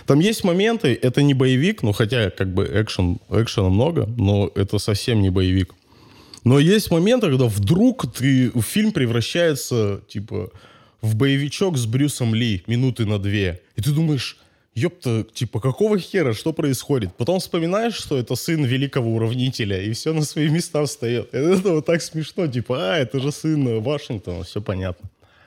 Там есть моменты, это не боевик, ну хотя как бы экшена много, но это совсем не боевик. Но есть моменты, когда вдруг фильм превращается типа в боевичок с Брюсом Ли минуты на 2. И ты думаешь, ёпта, типа какого хера, что происходит? Потом вспоминаешь, что это сын великого уравнителя, и все на свои места встает. Это вот так смешно, типа, это же сын Вашингтона, все понятно.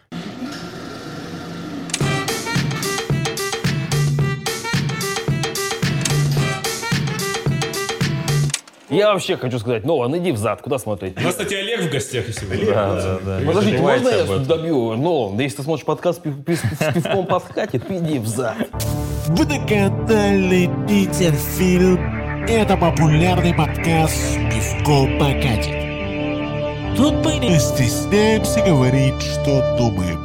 Я вообще хочу сказать, Нолан, иди взад, куда смотреть? У нас, кстати, Олег в гостях сегодня. Да. Подождите, можно я добью? Нолан, если ты смотришь подкаст с пивком подкатит, иди взад. Вы на канале Питер Фильм. Это популярный подкаст «Пивко покатит». Тут мы не стесняемся говорить, что думаем.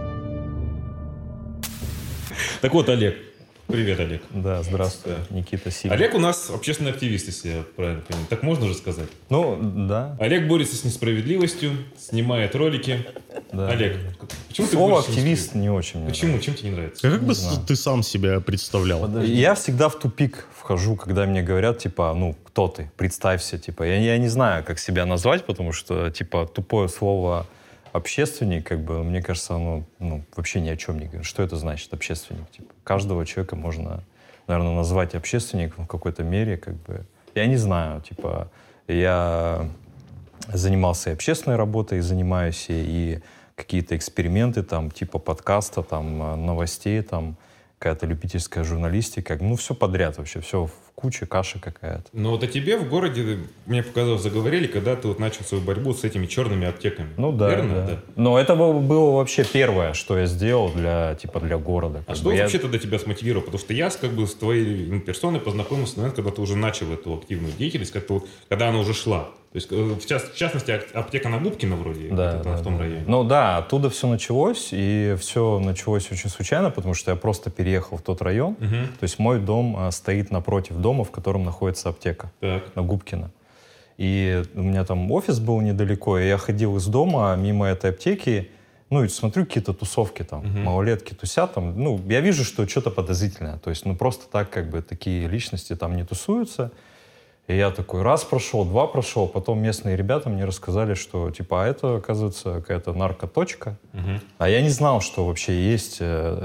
Так вот, Олег. Привет, Олег. Да, здравствуй, Никита Сигин. Олег у нас общественный активист, если я правильно понимаю. Так можно же сказать? Ну, да. Олег борется с несправедливостью, снимает ролики. Да. Олег, почему ты Слово борешься с активист не очень мне Почему? нравится. Чем тебе не нравится? Как бы ты сам себя представлял? Я всегда в тупик вхожу, когда мне говорят, типа, кто ты, представься, типа. Я не знаю, как себя назвать, потому что, типа, тупое слово общественник, как бы, мне кажется, оно вообще ни о чем не говорит. Что это значит, общественник? Типа, каждого человека можно, наверное, назвать общественником в какой-то мере, как бы. Я не знаю, типа, я занимался и общественной работой, и занимаюсь, и какие-то эксперименты, там, типа подкаста, там, новостей, там, какая-то любительская журналистика, все подряд вообще, все в куче, каша какая-то. Но вот о тебе в городе, мне показалось, заговорили, когда ты вот начал свою борьбу с этими черными аптеками. Ну да, верно? да. Но это было вообще первое, что я сделал для города. А что вообще тогда тебя смотивировало? Потому что я как бы с твоей персоной познакомился, наверное, когда ты уже начал эту активную деятельность, когда она уже шла. То есть, в частности, аптека на Губкина вроде, да, в том районе. Ну да, оттуда все началось, и все началось очень случайно, потому что я просто переехал в тот район. Угу. То есть мой дом стоит напротив дома, в котором находится аптека, так. на Губкина. И у меня там офис был недалеко, и я ходил из дома мимо этой аптеки, и смотрю какие-то тусовки там, малолетки тусят там. Я вижу, что что-то подозрительное. То есть, просто так как бы такие личности там не тусуются. И я такой, раз прошел, два прошел, потом местные ребята мне рассказали, что, типа, это, оказывается, какая-то наркоточка. А я не знал, что вообще есть,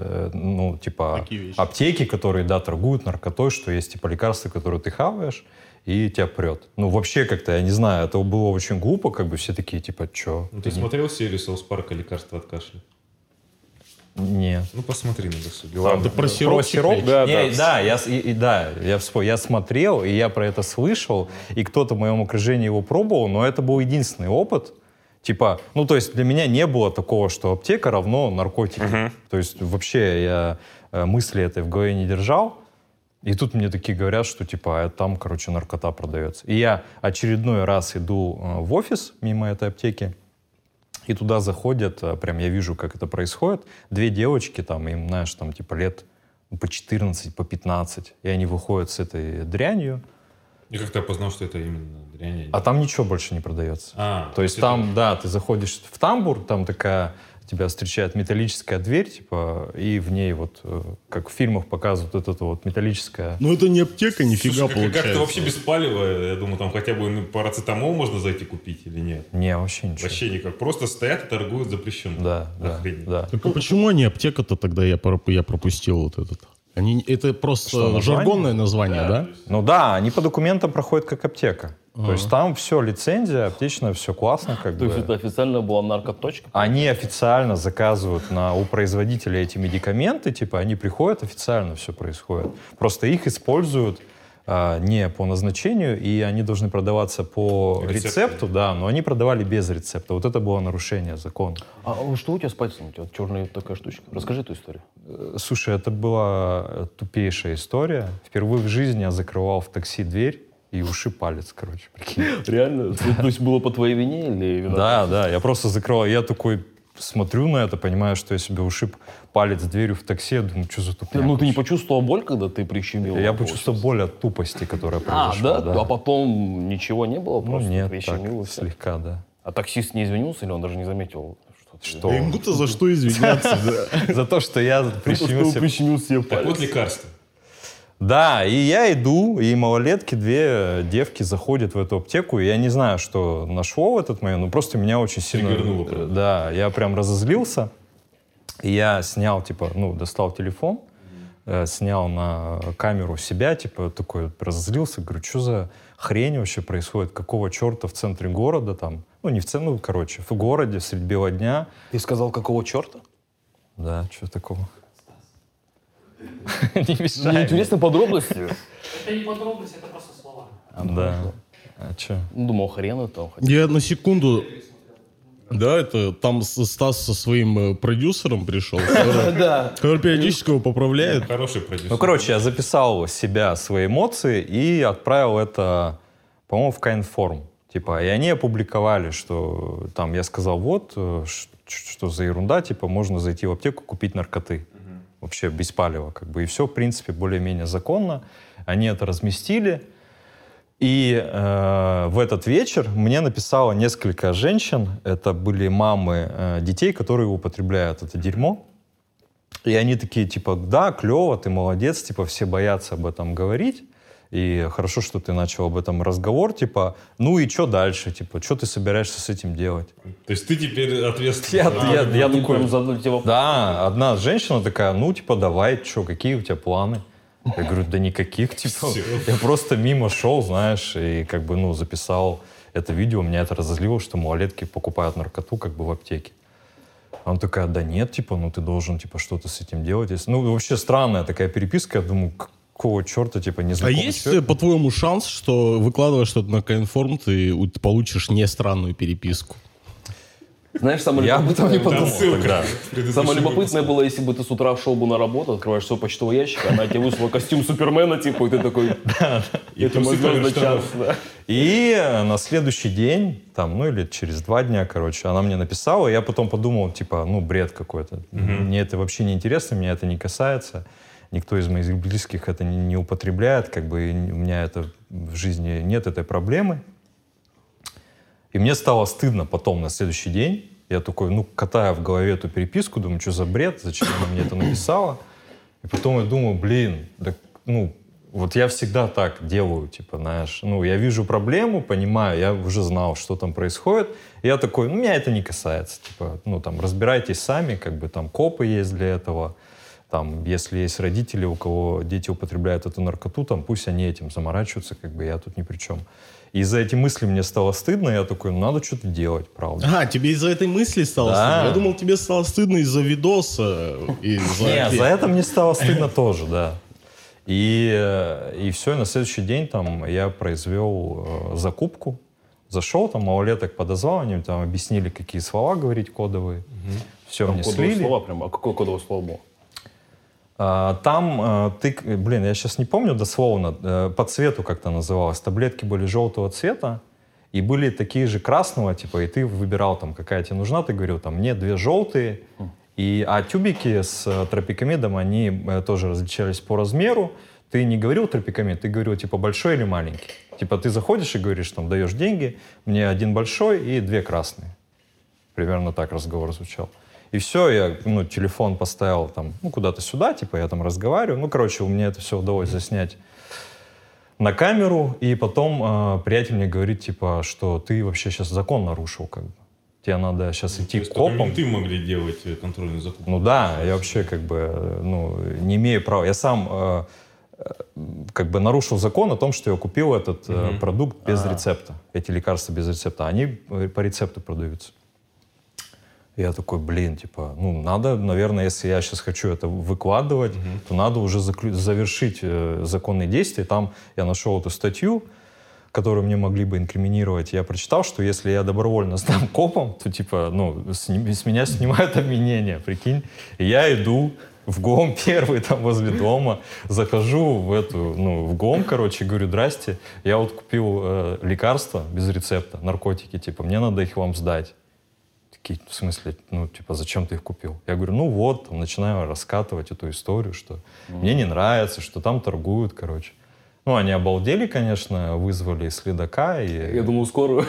аптеки, которые, да, торгуют наркотой, что есть, типа, лекарства, которые ты хаваешь, и тебя прет. Вообще как-то, я не знаю, это было очень глупо, как бы все такие, типа, чё? Ты смотрел серию Соус Парка «Лекарства от кашля»? Нет. Посмотри на досуге. Ладно, про сироп? Да, я смотрел, и я про это слышал, и кто-то в моем окружении его пробовал, но это был единственный опыт. Типа, то есть для меня не было такого, что аптека равно наркотики. То есть вообще я мысли этой в голове не держал. И тут мне такие говорят, что типа там, наркота продается. И я очередной раз иду в офис мимо этой аптеки, и туда заходят, прям я вижу, как это происходит, две девочки, там, им, знаешь, там, типа, лет по 14, по 15, и они выходят с этой дрянью. И как ты опознал, что это именно дрянь? А там ничего больше не продается. То есть там, да, ты заходишь в тамбур, там такая, тебя встречает металлическая дверь, типа, и в ней как в фильмах показывают, это металлическая... Это не аптека, нифига. Слушай, получается. Как-то вообще беспалево. Я думаю, там хотя бы парацетамол можно зайти купить или нет? Не, вообще ничего. Вообще никак. Просто стоят и торгуют запрещенно. Да. Так а почему не аптека-то тогда я пропустил этот? Это просто жаргонное название, да? Ну да, они по документам проходят как аптека. То есть там все, лицензия аптечная, все классно. То есть это официально была наркоточка? Они официально заказывают у производителя эти медикаменты, типа они приходят, официально все происходит. Просто их используют не по назначению, и они должны продаваться по рецепту, да, но они продавали без рецепта. Вот это было нарушение закона. А что у тебя с пальцем? У тебя черная такая штучка. Расскажи эту историю. Слушай, это была тупейшая история. Впервые в жизни я закрывал в такси дверь и ушиб палец, прикинь. Реально? То есть было по твоей вине или... Да, я просто закрывал. Я такой смотрю на это, понимаю, что я себе ушиб палец дверью в такси, я думаю, что за тупняк. Ты не почувствовал боль, когда ты прищемил? Я почувствовал боль от тупости, которая произошла. Да? А потом ничего не было? Просто нет, прищемил так, слегка, да. А таксист не извинился или он даже не заметил? Что? Да ему-то за что извиняться? За то, что я прищемил себе палец. Так вот лекарство. Да, и я иду, и малолетки, 2 девки заходят в эту аптеку, и я не знаю, что нашло в этот момент, но просто меня очень сильно... Триггернуло, правда. Да, я прям разозлился, и я снял, достал телефон, снял на камеру себя, такой разозлился, говорю, что за хрень вообще происходит, какого черта в центре города там, в городе, средь бела дня. Ты сказал, какого черта? Да, что такого? Не мешай. Мне интересны подробности. Это не подробности, это просто слова. Да. А что? Думал, хрен это. Я на секунду... Да, это там Стас со своим продюсером пришел, который периодически его поправляет. Хороший продюсер. Ну, короче, я записал себя, свои эмоции и отправил это, по-моему, в Кайнформ. И они опубликовали, что там я сказал, что за ерунда, можно зайти в аптеку, купить наркоты. Вообще без палева, И все, в принципе, более-менее законно. Они это разместили. И в этот вечер мне написало несколько женщин. Это были мамы детей, которые употребляют это дерьмо. И они такие, да, клево, ты молодец, все боятся об этом говорить. И хорошо, что ты начал об этом разговор, ну и что дальше, что ты собираешься с этим делать? То есть ты теперь ответственный? Я такой, задали тебе вопрос. да, одна женщина такая, давай, какие у тебя планы? Я говорю, да никаких, я просто мимо шел, знаешь, и записал это видео, меня это разозлило, что малолетки покупают наркоту в аптеке. Она такая, да нет, ты должен, что-то с этим делать. Вообще странная такая переписка, я думаю, какого черта, не знаю. А есть, по-твоему, шанс, что выкладывая что-то на Кайнформ, ты получишь не странную переписку? Знаешь, самое Я об этом не подумал тогда. Самое любопытное было, если бы ты с утра шел бы на работу, открываешь свой почтовый ящик, она тебе вышла костюм Супермена, и ты такой... Это мой звездный час. И на следующий день, или через 2 дня, она мне написала, и я потом подумал, бред какой-то. Мне это вообще не интересно, меня это не касается. Никто из моих близких это не употребляет, и у меня это в жизни нет этой проблемы. И мне стало стыдно потом, на следующий день. Я такой, катая в голове эту переписку, думаю, что за бред, зачем она мне это написала. И потом я думаю, я всегда так делаю, знаешь. Я вижу проблему, понимаю, я уже знал, что там происходит. И я такой, меня это не касается. Разбирайтесь сами, копы есть для этого. Если есть родители, у кого дети употребляют эту наркоту, пусть они этим заморачиваются, я тут ни при чем. И из-за этих мыслей мне стало стыдно, я такой, надо что-то делать, правда. Ага, тебе из-за этой мысли стало стыдно? Я думал, тебе стало стыдно из-за видоса. Нет, за это мне стало стыдно тоже, да. И все, и на следующий день я произвел закупку, зашел, малолеток подозвал, они объяснили, какие слова говорить кодовые. Все мне слили. Слова прям, а какое кодовое слово было? Я сейчас не помню дословно, по цвету как-то называлось. Таблетки были желтого цвета, и были такие же красного, и ты выбирал, какая тебе нужна, ты говорил, мне 2 желтые, а тюбики с тропикамидом, они тоже различались по размеру. Ты не говорил тропикамид, ты говорил, большой или маленький. Ты заходишь и говоришь, даешь деньги, мне 1 большой и 2 красные. Примерно так разговор звучал. И все, я телефон поставил куда-то сюда, я разговариваю. У меня это все удалось заснять на камеру. И потом приятель мне говорит, что ты вообще сейчас закон нарушил, Тебе надо сейчас идти к копам. Ты могли делать контрольную закупку. Да, я вообще не имею права. Я сам нарушил закон о том, что я купил этот продукт без рецепта. Эти лекарства без рецепта. Они по рецепту продаются. Я такой, надо, наверное, если я сейчас хочу это выкладывать, то надо уже завершить законные действия. Там я нашел эту статью, которую мне могли бы инкриминировать. Я прочитал, что если я добровольно сдам копам, то, с меня снимают обвинение, прикинь. И я иду в ГОМ первый, возле дома, захожу в ГОМ, говорю, здрасте, я купил лекарства без рецепта, наркотики, мне надо их вам сдать. В смысле, зачем ты их купил? Я говорю, начинаю раскатывать эту историю, что мне не нравится, что там торгуют, они обалдели, конечно, вызвали следака. Я думал, скорую.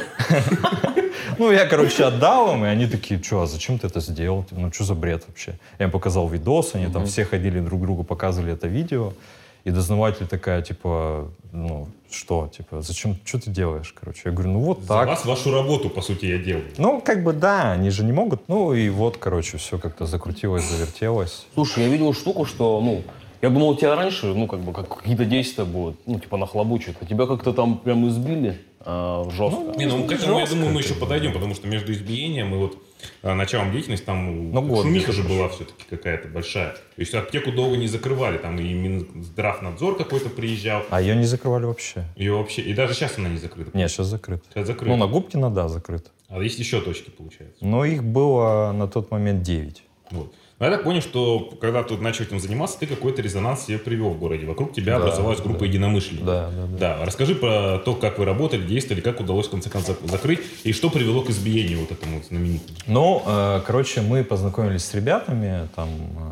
Я, отдал им, и они такие, а зачем ты это сделал? Что за бред вообще? Я им показал видос, они все ходили друг другу, показывали это видео. И дознаватель такая, типа, ну, что, типа, зачем, что ты делаешь, короче? Я говорю, ну вот За так. вас вашу работу, по сути, я делаю. Ну, как бы, да, они же не могут. Ну, и вот, короче, все как-то закрутилось, завертелось. Слушай, я видел штуку, что, ну, я думал, у тебя раньше, ну, как бы, как какие-то действия будут, ну, типа, нахлобучат. А тебя как-то там прям избили жестко. Не, ну к этому, я думаю, мы еще подойдем, потому что между избиением и вот началом деятельности там шумиха же была все-таки какая-то большая. То есть аптеку долго не закрывали, там и Минздравнадзор какой-то приезжал. А ее не закрывали вообще? Ее вообще, и даже сейчас она не закрыта. Нет, сейчас закрыта. Сейчас закрыта. Ну, на Губкина, да, закрыта. А есть еще точки, получается. Но их было на тот момент 9. Вот. Но я так понял, что когда ты начал этим заниматься, ты какой-то резонанс себе привел в городе. Вокруг тебя образовалась группа единомышленников. Да. Расскажи про то, как вы работали, действовали, как удалось в конце концов закрыть, и что привело к избиению вот этому знаменитому. Ну, короче, мы познакомились с ребятами, там,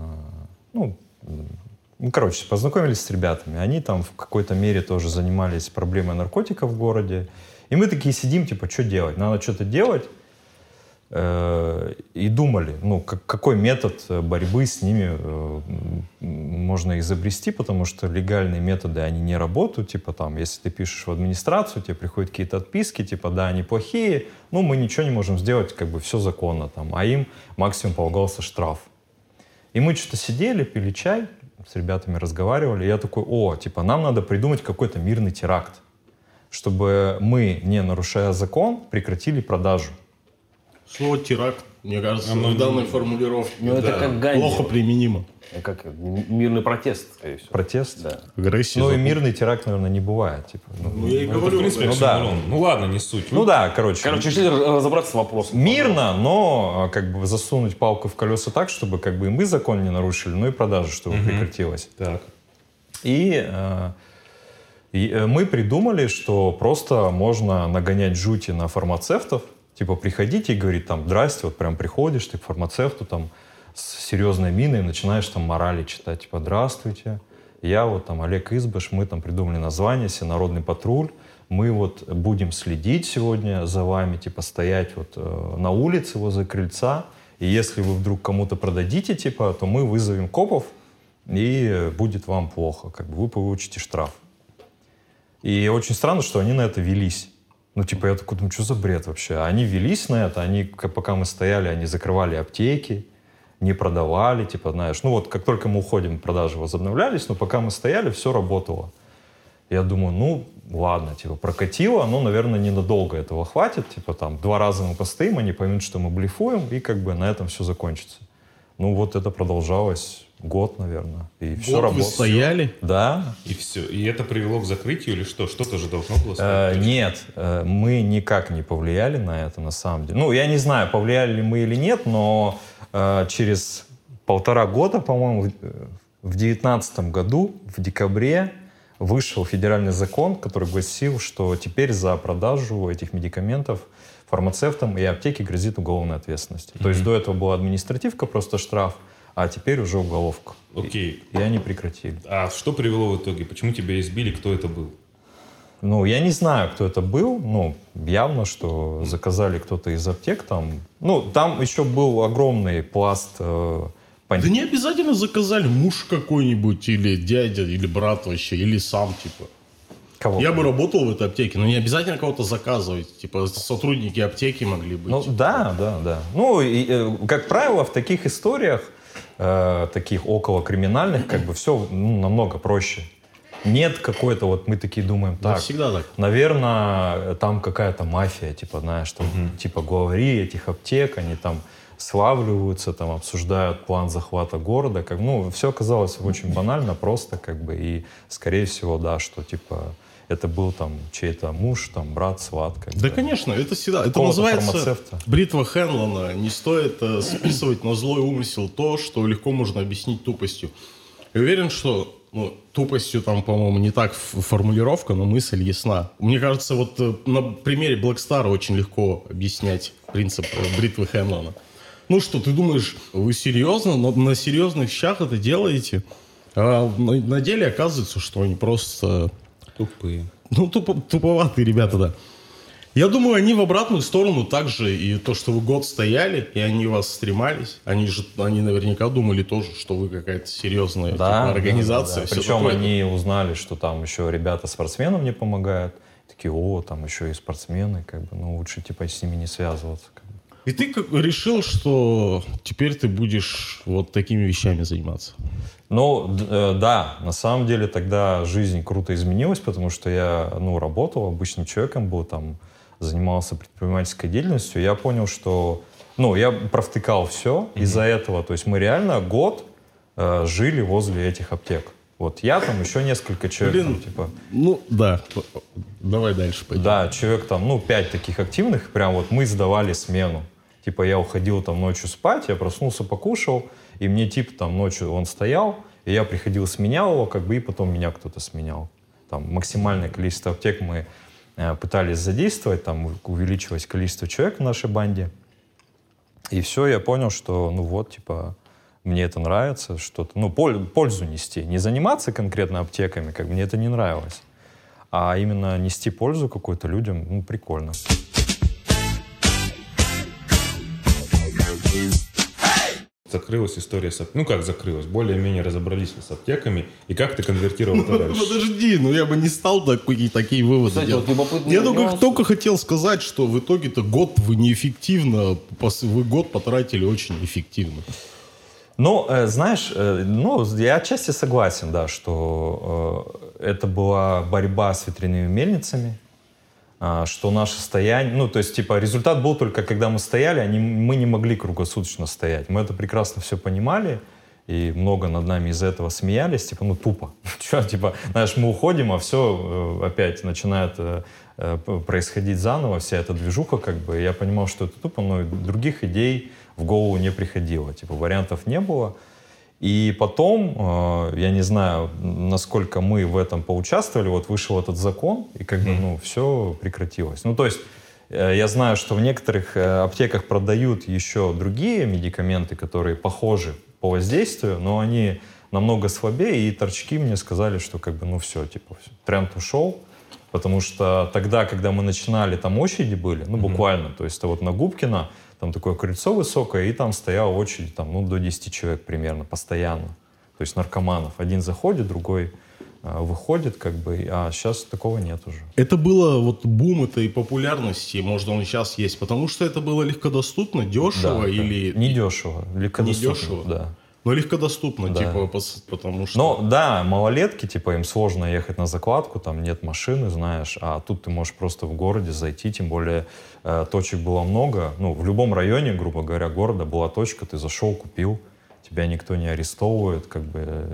познакомились с ребятами. Они там в какой-то мере тоже занимались проблемой наркотиков в городе. И мы такие сидим, типа, что делать? Надо что-то делать. И думали, ну, какой метод борьбы с ними можно изобрести, потому что легальные методы, они не работают, типа там, если ты пишешь в администрацию, тебе приходят какие-то отписки, типа, да, они плохие, ну, мы ничего не можем сделать, как бы все законно там, а им максимум полагался штраф. И мы что-то сидели, пили чай, с ребятами разговаривали, и я такой, типа, нам надо придумать какой-то мирный теракт, чтобы мы, не нарушая закон, прекратили продажу. Слово «теракт», мне кажется, в данной формулировке это как Ганди. плохо применимо. Как мирный протест, скорее всего. Протест? Да. Агрессия. Ну и мирный теракт, наверное, не бывает. Типа, я и говорю, в принципе, ну ладно, не суть. Ну да, короче. Решили разобраться с вопросом. Мирно, но как бы засунуть палку в колеса так, чтобы как бы и мы закон не нарушили, но и продажа, чтобы прекратилась. Так. И мы придумали, что просто можно нагонять жути на фармацевтов. Типа приходите и говорить там, здрасте, вот прям приходишь ты к фармацевту там с серьезной миной и начинаешь там морали читать. Типа, здравствуйте, я вот там Олег Избыш, мы там придумали название «Всенародный патруль». Мы вот будем следить сегодня за вами, типа стоять вот на улице возле крыльца. И если вы вдруг кому-то продадите, типа, то мы вызовем копов, и будет вам плохо. Как бы вы получите штраф. И очень странно, что они на это велись. Ну, типа, я такой думаю, что за бред вообще? Они велись на это, они, пока мы стояли, они закрывали аптеки, не продавали, типа, знаешь. Ну, вот как только мы уходим, продажи возобновлялись, но пока мы стояли, все работало. Я думаю, ну, ладно, типа, прокатило, но, наверное, ненадолго этого хватит. Типа, там, 2 раза мы постоим, они поймут, что мы блефуем, и как бы на этом все закончится. Ну, вот это продолжалось год, наверное. И все работало. Вы стояли? Да. И все. И это привело к закрытию или что? Что-то же должно было стать? Нет, мы никак не повлияли на это, на самом деле. Ну, я не знаю, повлияли ли мы или нет, но через 1,5 года, по-моему, в 2019 году, в декабре, вышел федеральный закон, который гласил, что теперь за продажу этих медикаментов фармацевтам и аптеке грозит уголовная ответственность. То есть до этого была административка, просто штраф, а теперь уже уголовка. Окей. И они прекратили. А что привело в итоге? Почему тебя избили? Кто это был? Ну, я не знаю, кто это был. Ну, явно, что заказали кто-то из аптек там. Ну, там еще был огромный пласт... Да не обязательно заказали муж какой-нибудь, или дядя, или брат вообще, или сам, типа. Кого? Я бы работал в этой аптеке, но не обязательно кого-то заказывать. Типа, сотрудники аптеки могли быть. Ну, да. Ну, и, как правило, в таких историях, таких околокриминальных, как бы все намного проще. Нет какой-то, вот мы такие думаем, так, всегда так. Наверное, там какая-то мафия, типа, знаешь, там, типа, главари этих аптек, они там славливаются, там, обсуждают план захвата города. Как, ну, все оказалось очень банально, просто, как бы, и, скорее всего, да, что, типа, это был там чей-то муж, там, брат, сват. Как да, бы. Конечно, это всегда. Это называется бритва Хенлона. Не стоит списывать на злой умысел то, что легко можно объяснить тупостью. Я уверен, что тупостью там, по-моему, не так формулировка, но мысль ясна. Мне кажется, вот на примере Blackstar очень легко объяснять принцип бритвы Хенлона. Ну что, ты думаешь, вы серьезно, но на серьезных щах это делаете? А на деле оказывается, что они просто... Тупые. Ну, туповатые ребята, да. Я думаю, они в обратную сторону также, и то, что вы год стояли, и они вас стремались, они наверняка думали тоже, что вы какая-то серьезная типа, организация. Да. Причем они узнали, что там еще ребята-спортсмены мне помогают. Такие, там еще и спортсмены, как бы, ну, лучше типа с ними не связываться. Как бы. И ты решил, что теперь ты будешь вот такими вещами заниматься? Ну, да, на самом деле тогда жизнь круто изменилась, потому что я, работал обычным человеком, был там, занимался предпринимательской деятельностью. Я понял, что, я провтыкал все из-за этого. То есть мы реально год жили возле этих аптек. Вот я там, еще несколько человек. Блин, там, типа, да. Давай дальше пойдем. Да, человек там, 5 таких активных, прям вот мы сдавали смену. Типа я уходил там ночью спать, я проснулся, покушал, и мне типа там ночью он стоял, и я приходил, сменял его, как бы, и потом меня кто-то сменял. Там максимальное количество аптек мы пытались задействовать, там увеличивать количество человек в нашей банде. И все, я понял, что, типа, мне это нравится, что-то, пользу нести. Не заниматься конкретно аптеками, как бы мне это не нравилось, а именно нести пользу какой-то людям, прикольно. Закрылась история с аптеками. Как закрылась? Более-менее разобрались с аптеками. И как ты конвертировал это дальше? Подожди, я бы не стал такие выводы Кстати, делать. любопытный Я нюанс. только хотел сказать, что в итоге-то год вы неэффективно, вы год потратили очень эффективно. Знаешь, я отчасти согласен, да, что это была борьба с ветряными мельницами, что наше состояние, то есть, типа, результат был только, когда мы стояли, мы не могли круглосуточно стоять. Мы это прекрасно все понимали, и много над нами из-за этого смеялись, типа, тупо. Че, типа, знаешь, мы уходим, а все опять начинает происходить заново, вся эта движуха, как бы. Я понимал, что это тупо, но других идей в голову не приходило, типа, вариантов не было. И потом, я не знаю, насколько мы в этом поучаствовали, вот вышел этот закон, и как бы, все прекратилось. То есть, я знаю, что в некоторых аптеках продают еще другие медикаменты, которые похожи по воздействию, но они намного слабее, и торчки мне сказали, что как бы, все, типа, тренд ушел, потому что тогда, когда мы начинали, там очереди были, буквально, то есть, вот на Губкина, там такое крыльцо высокое, и там стояла очередь там, до 10 человек примерно, постоянно. То есть наркоманов. Один заходит, другой выходит, как бы, а сейчас такого нет уже. Это было вот бум этой популярности, может, он и сейчас есть, потому что это было легкодоступно, дешево или... Не дешево, легкодоступно, не дешево. Да. Но легкодоступно, да. типа, потому что... Малолетки, типа, им сложно ехать на закладку, там нет машины, знаешь, а тут ты можешь просто в городе зайти, тем более точек было много. В любом районе, грубо говоря, города была точка, ты зашел, купил, тебя никто не арестовывает, как бы,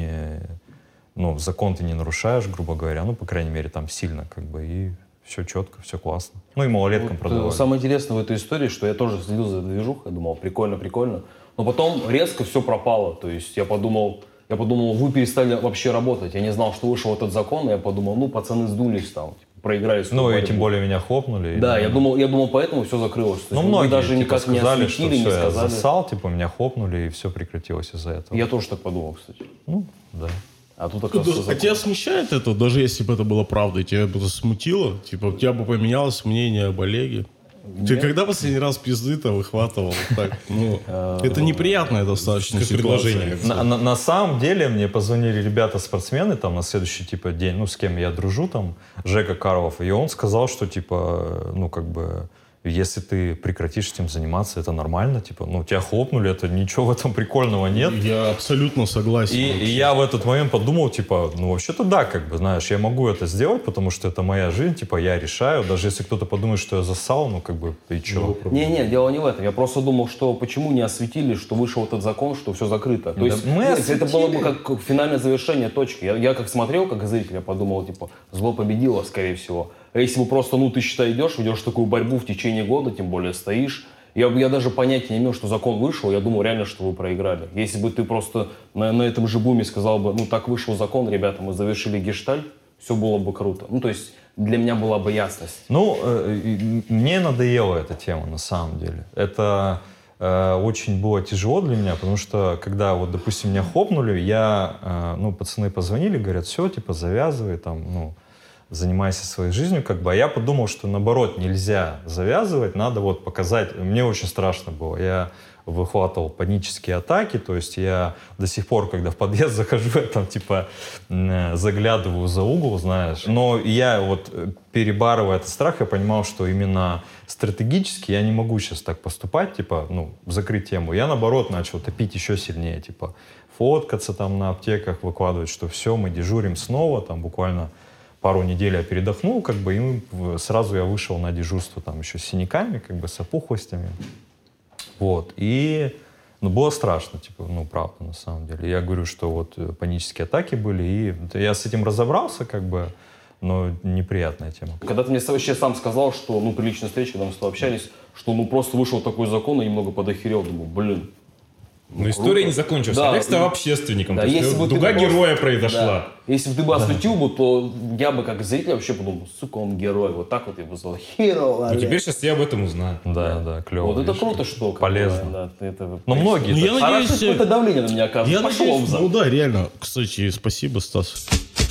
закон ты не нарушаешь, грубо говоря, по крайней мере, там сильно, как бы, и все четко, все классно. И малолеткам продавали. Самое интересное в этой истории, что я тоже следил за движухой, думал, прикольно. Но потом резко все пропало. То есть я подумал, вы перестали вообще работать. Я не знал, что вышел этот закон, и я подумал, пацаны сдулись там, проиграли. И тем более меня хлопнули. Да, я думал, поэтому все закрылось. То есть многие даже никак сказали, не осветили, что не я сказали. засал, типа, меня хлопнули, и все прекратилось из-за этого. Я тоже так подумал, кстати. Да. А тут оказывается... А тебя смущает это, даже если бы это было правдой, тебя бы это смутило? Типа, у тебя бы поменялось мнение об Олеге? Ты когда последний раз пизды-то выхватывал? Так, это неприятное достаточно предложение. На самом деле мне позвонили ребята-спортсмены там на следующий типа день, с кем я дружу, там, Жека Карлов, и он сказал, что типа, если ты прекратишь этим заниматься, это нормально, типа, тебя хлопнули, это ничего в этом прикольного нет. Я абсолютно согласен. И я в этот момент подумал, типа, вообще-то да, как бы, знаешь, я могу это сделать, потому что это моя жизнь, типа, я решаю, даже если кто-то подумает, что я зассал, как бы, и чё? Не, дело не в этом. Я просто думал, что почему не осветили, что вышел этот закон, что все закрыто. То есть это было бы как финальное завершение точки. Я как смотрел, как зритель, я подумал, типа, зло победило, скорее всего. А если бы просто, ты, считай, идешь в такую борьбу в течение года, тем более стоишь, я даже понятия не имел, что закон вышел, я думал реально, что вы проиграли. Если бы ты просто на этом же буме сказал бы, так вышел закон, ребята, мы завершили гештальт, все было бы круто. То есть для меня была бы ясность. Мне надоела эта тема, на самом деле. Это очень было тяжело для меня, потому что, когда, вот, допустим, меня хлопнули, пацаны позвонили, говорят, все, типа, завязывай, там, занимайся своей жизнью, как бы. А я подумал, что наоборот, нельзя завязывать, надо вот показать. Мне очень страшно было. Я выхватывал панические атаки, то есть я до сих пор, когда в подъезд захожу, я там типа заглядываю за угол, знаешь. Но я вот, перебарывая этот страх, я понимал, что именно стратегически я не могу сейчас так поступать, типа, ну, закрыть тему. Я, наоборот, начал топить еще сильнее, типа, фоткаться там на аптеках, выкладывать, что все, мы дежурим снова, там буквально пару недель я передохнул, как бы, и сразу я вышел на дежурство там еще с синяками, как бы, с опухлостями. Вот, и, ну, было страшно, типа, ну, правда, на самом деле. Я говорю, что вот панические атаки были, и я с этим разобрался, как бы, но неприятная тема. Когда ты мне вообще сам сказал, что, ну, при личной встрече, когда мы с тобой общались, что, ну, просто вышел такой закон, и немного подохерел, думаю, блин. Но история не закончилась. Да, Олег стал общественником. Да, То есть дуга героя произошла. Да. Если бы ты бы осветил бы, то я бы как зритель вообще подумал, сука, он герой. Вот так вот я бы сказал, hero, Ну теперь сейчас я об этом узнаю. Да, клево. Вот это круто, что... Полезно. Это, но многие... Ну, я надеюсь... какое-то давление на меня оказывает. Я Пошел надеюсь, в зал. ну да, реально. Кстати, спасибо, Стас.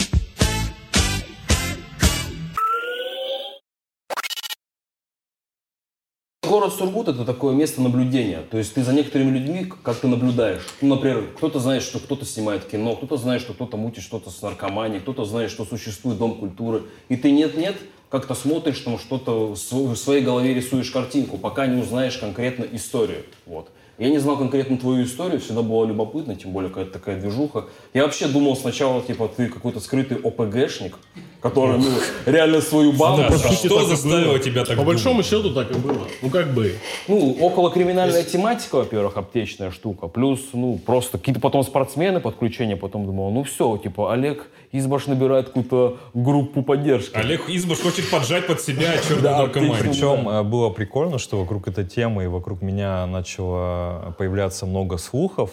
Город Сургут — это такое место наблюдения. То есть ты за некоторыми людьми как ты наблюдаешь. Ну, например, кто-то знает, что кто-то снимает кино, кто-то знает, что кто-то мутит что-то с наркоманией, кто-то знает, что существует Дом культуры. И ты нет-нет, как-то смотришь, там что-то в своей голове рисуешь картинку, пока не узнаешь конкретно историю. Вот. Я не знал конкретно твою историю, всегда было любопытно, тем более какая-то такая движуха. Я вообще думал сначала, типа, ты какой-то скрытый ОПГшник, который, ну, реально свою банду... Да, что заставило тебя так По думать? большому счету так и было. Ну, как бы... Ну, околокриминальная тематика, во-первых, аптечная штука. Плюс, ну, просто какие-то потом спортсмены подключения. Потом думал, ну все, типа, Олег Избаш набирает какую-то группу поддержки. Олег Избаш хочет поджать под себя черную наркоманию. Причем было прикольно, что вокруг этой темы и вокруг меня начало появляться много слухов.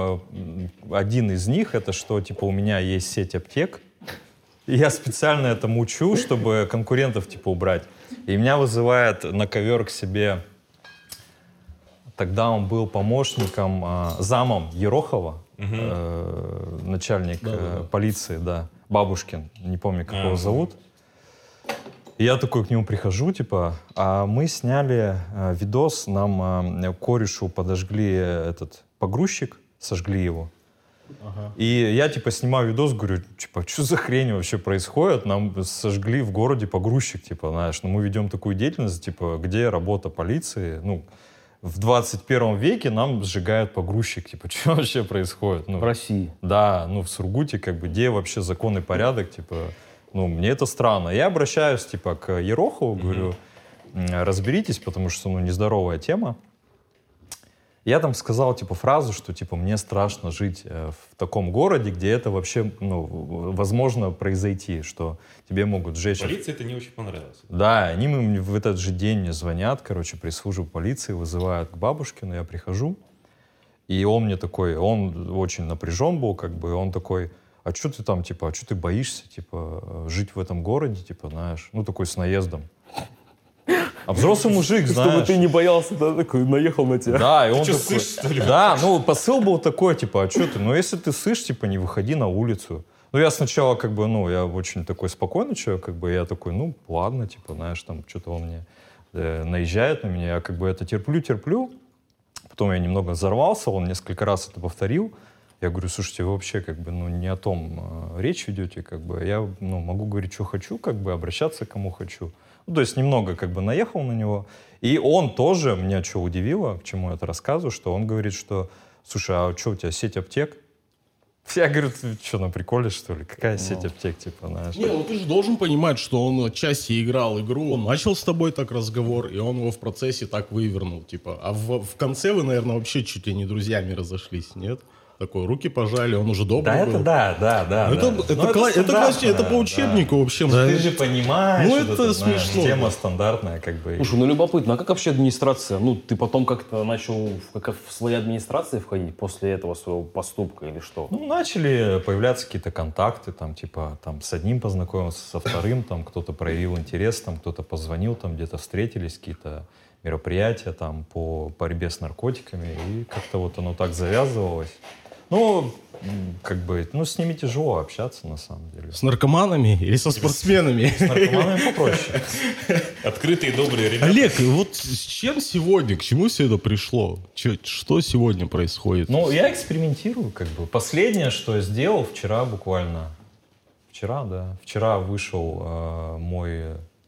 Один из них — это что, типа, у меня есть сеть аптек. И я специально это мучу, чтобы конкурентов, типа, убрать. И меня вызывает на ковер к себе... Тогда он был помощником, замом Ерохова, начальник полиции, да, Бабушкин, не помню, как его зовут. И я такой к нему прихожу, типа, а мы сняли видос, нам корешу подожгли этот погрузчик, сожгли его. И я, типа, снимаю видос, говорю, типа, что за хрень вообще происходит? Нам сожгли в городе погрузчик, типа, знаешь, ну мы ведем такую деятельность, типа, где работа полиции, ну, в 21 веке нам сжигают погрузчик, типа, что вообще происходит? Ну, В России. Да, ну, в Сургуте, как бы, где вообще закон и порядок, типа, ну, мне это странно. Я обращаюсь, типа, к Ерохову, говорю, разберитесь, потому что, ну, нездоровая тема. Я там сказал, типа, фразу, что, типа, мне страшно жить в таком городе, где это вообще, ну, возможно произойти, что тебе могут сжечь. Полиции это не очень понравилось. Да, они мне в этот же день мне звонят, короче, пресс-службу полиции, вызывают к Бабушкину, я прихожу, и он мне такой, он очень напряжен был, как бы, он такой, а что ты там, типа, а что ты боишься, типа, жить в этом городе, типа, знаешь, ну, такой с наездом. А взрослый мужик, знаешь... Чтобы ты не боялся, да, такой, наехал на тебя. Да, и он Ты что, такой... ссышь, что ли? Да, ну, посыл был такой, типа, а что ты? Ну, если ты ссышь, типа, не выходи на улицу. Ну, я сначала, как бы, ну, я очень такой спокойный человек, как бы, я такой, ну, ладно, типа, знаешь, там, что-то он мне наезжает на меня, я, как бы, это терплю. Потом я немного взорвался, он несколько раз это повторил. Я говорю, слушайте, вы вообще, как бы, ну, не о том речь ведете, как бы, я, ну, могу говорить, что хочу, как бы, обращаться к кому хочу. Ну, то есть немного, как бы, наехал на него. И он тоже, меня что удивило, к чему я это рассказываю, что он говорит, что, слушай, а что у тебя, сеть аптек? Я говорю, ты что, на приколе, что ли? Какая сеть аптек, типа, знаешь? Не, ну ты же должен понимать, что он отчасти играл игру, он начал с тобой так разговор, и он его в процессе так вывернул, типа. А в конце вы, наверное, вообще чуть ли не друзьями разошлись, нет? Такой, руки пожали, он уже добрый был. Да. Это по учебнику вообще. Ты же понимаешь, Ну, что это знаешь, смешно. тема стандартная, как бы. Слушай, ну любопытно, а как вообще администрация? Ну, ты потом как-то начал в слои администрации входить после этого своего поступка или что? Ну, начали появляться какие-то контакты, там, типа, там, с одним познакомился, со вторым, там, кто-то проявил интерес, там, кто-то позвонил, там, где-то встретились, какие-то мероприятия, там, по борьбе с наркотиками, и как-то вот оно так завязывалось. Ну, как бы, ну, с ними тяжело общаться, на самом деле. С наркоманами или со спортсменами? С наркоманами попроще. Открытые, добрые ребята. Олег, вот с чем сегодня, к чему все это пришло? Что сегодня происходит? Ну, я экспериментирую, как бы. Последнее, что я сделал вчера буквально. Вчера вышел мой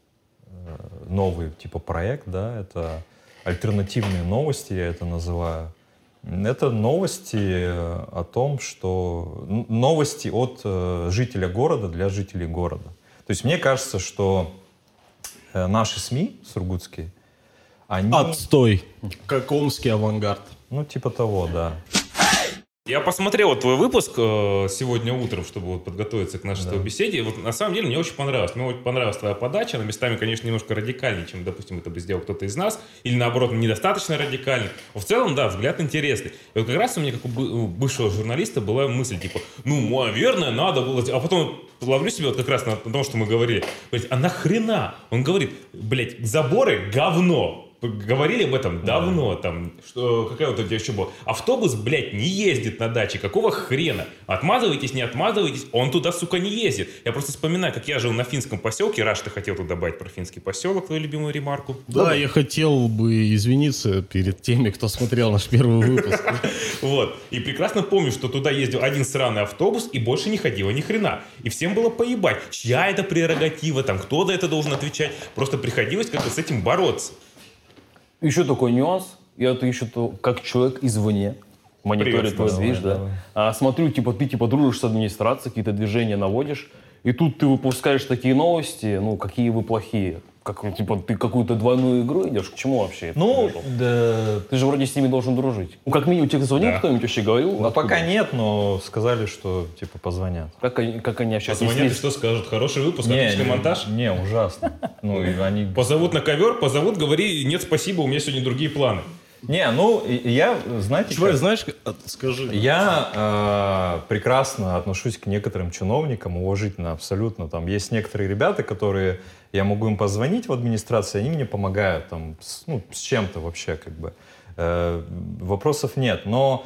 новый, типа, проект, да, это альтернативные новости, я это называю. Это новости о том, что... Новости от жителя города для жителей города. То есть мне кажется, что наши СМИ сургутские, они... Отстой. Как омский авангард. Ну, типа того, да. Я посмотрел твой выпуск сегодня утром, чтобы вот подготовиться к нашей беседе. Вот на самом деле мне очень понравилось. Мне очень понравилась твоя подача. Она местами, конечно, немножко радикальнее, чем, допустим, это бы сделал кто-то из нас. Или, наоборот, недостаточно радикальный. Но в целом, да, взгляд интересный. И вот как раз у меня, как у бывшего журналиста, была мысль, типа, ну, наверное, надо было... А потом ловлю себя вот как раз на том, что мы говорили. Говорит, а нахрена? Он говорит, блядь, заборы — говно. Говорили об этом давно, там, что, какая вот у тебя еще была. Автобус, блядь, не ездит на даче, какого хрена? Отмазывайтесь, не отмазывайтесь, он туда, сука, не ездит. Я просто вспоминаю, как я жил на финском поселке. Раш, ты хотел тут добавить про финский поселок, твою любимую ремарку? Да, я хотел бы извиниться перед теми, кто смотрел наш первый выпуск. Вот, и прекрасно помню, что туда ездил один сраный автобус и больше не ходило ни хрена. И всем было поебать, чья это прерогатива, там, кто за это должен отвечать. Просто приходилось как-то с этим бороться. Еще такой нюанс. Я-то еще как человек извне мониторит твой движ, да. Смотрю, типа, ты типа дружишь с администрацией, какие-то движения наводишь, и тут ты выпускаешь такие новости, ну, какие вы плохие. Как, типа, ты какую-то двойную игру идешь? К чему вообще это? Ну, да. Ты же вроде с ними должен дружить. Ну, как минимум, тебе звонил кто-нибудь вообще, говорил? Ну, пока нет, но сказали, что, типа, позвонят. Как они общаются? Позвонят и что скажут? Хороший выпуск, отличный монтаж? Не, ужасно. Ну, и они... Позовут на ковер, позовут, говори, нет, спасибо, у меня сегодня другие планы. Не, ну, я, знаете... Чувак, знаешь, скажи. Я прекрасно отношусь к некоторым чиновникам, уважительно абсолютно. Там есть некоторые ребята, которые... Я могу им позвонить в администрации, они мне помогают там, с чем-то вообще, как бы. Вопросов нет. Но,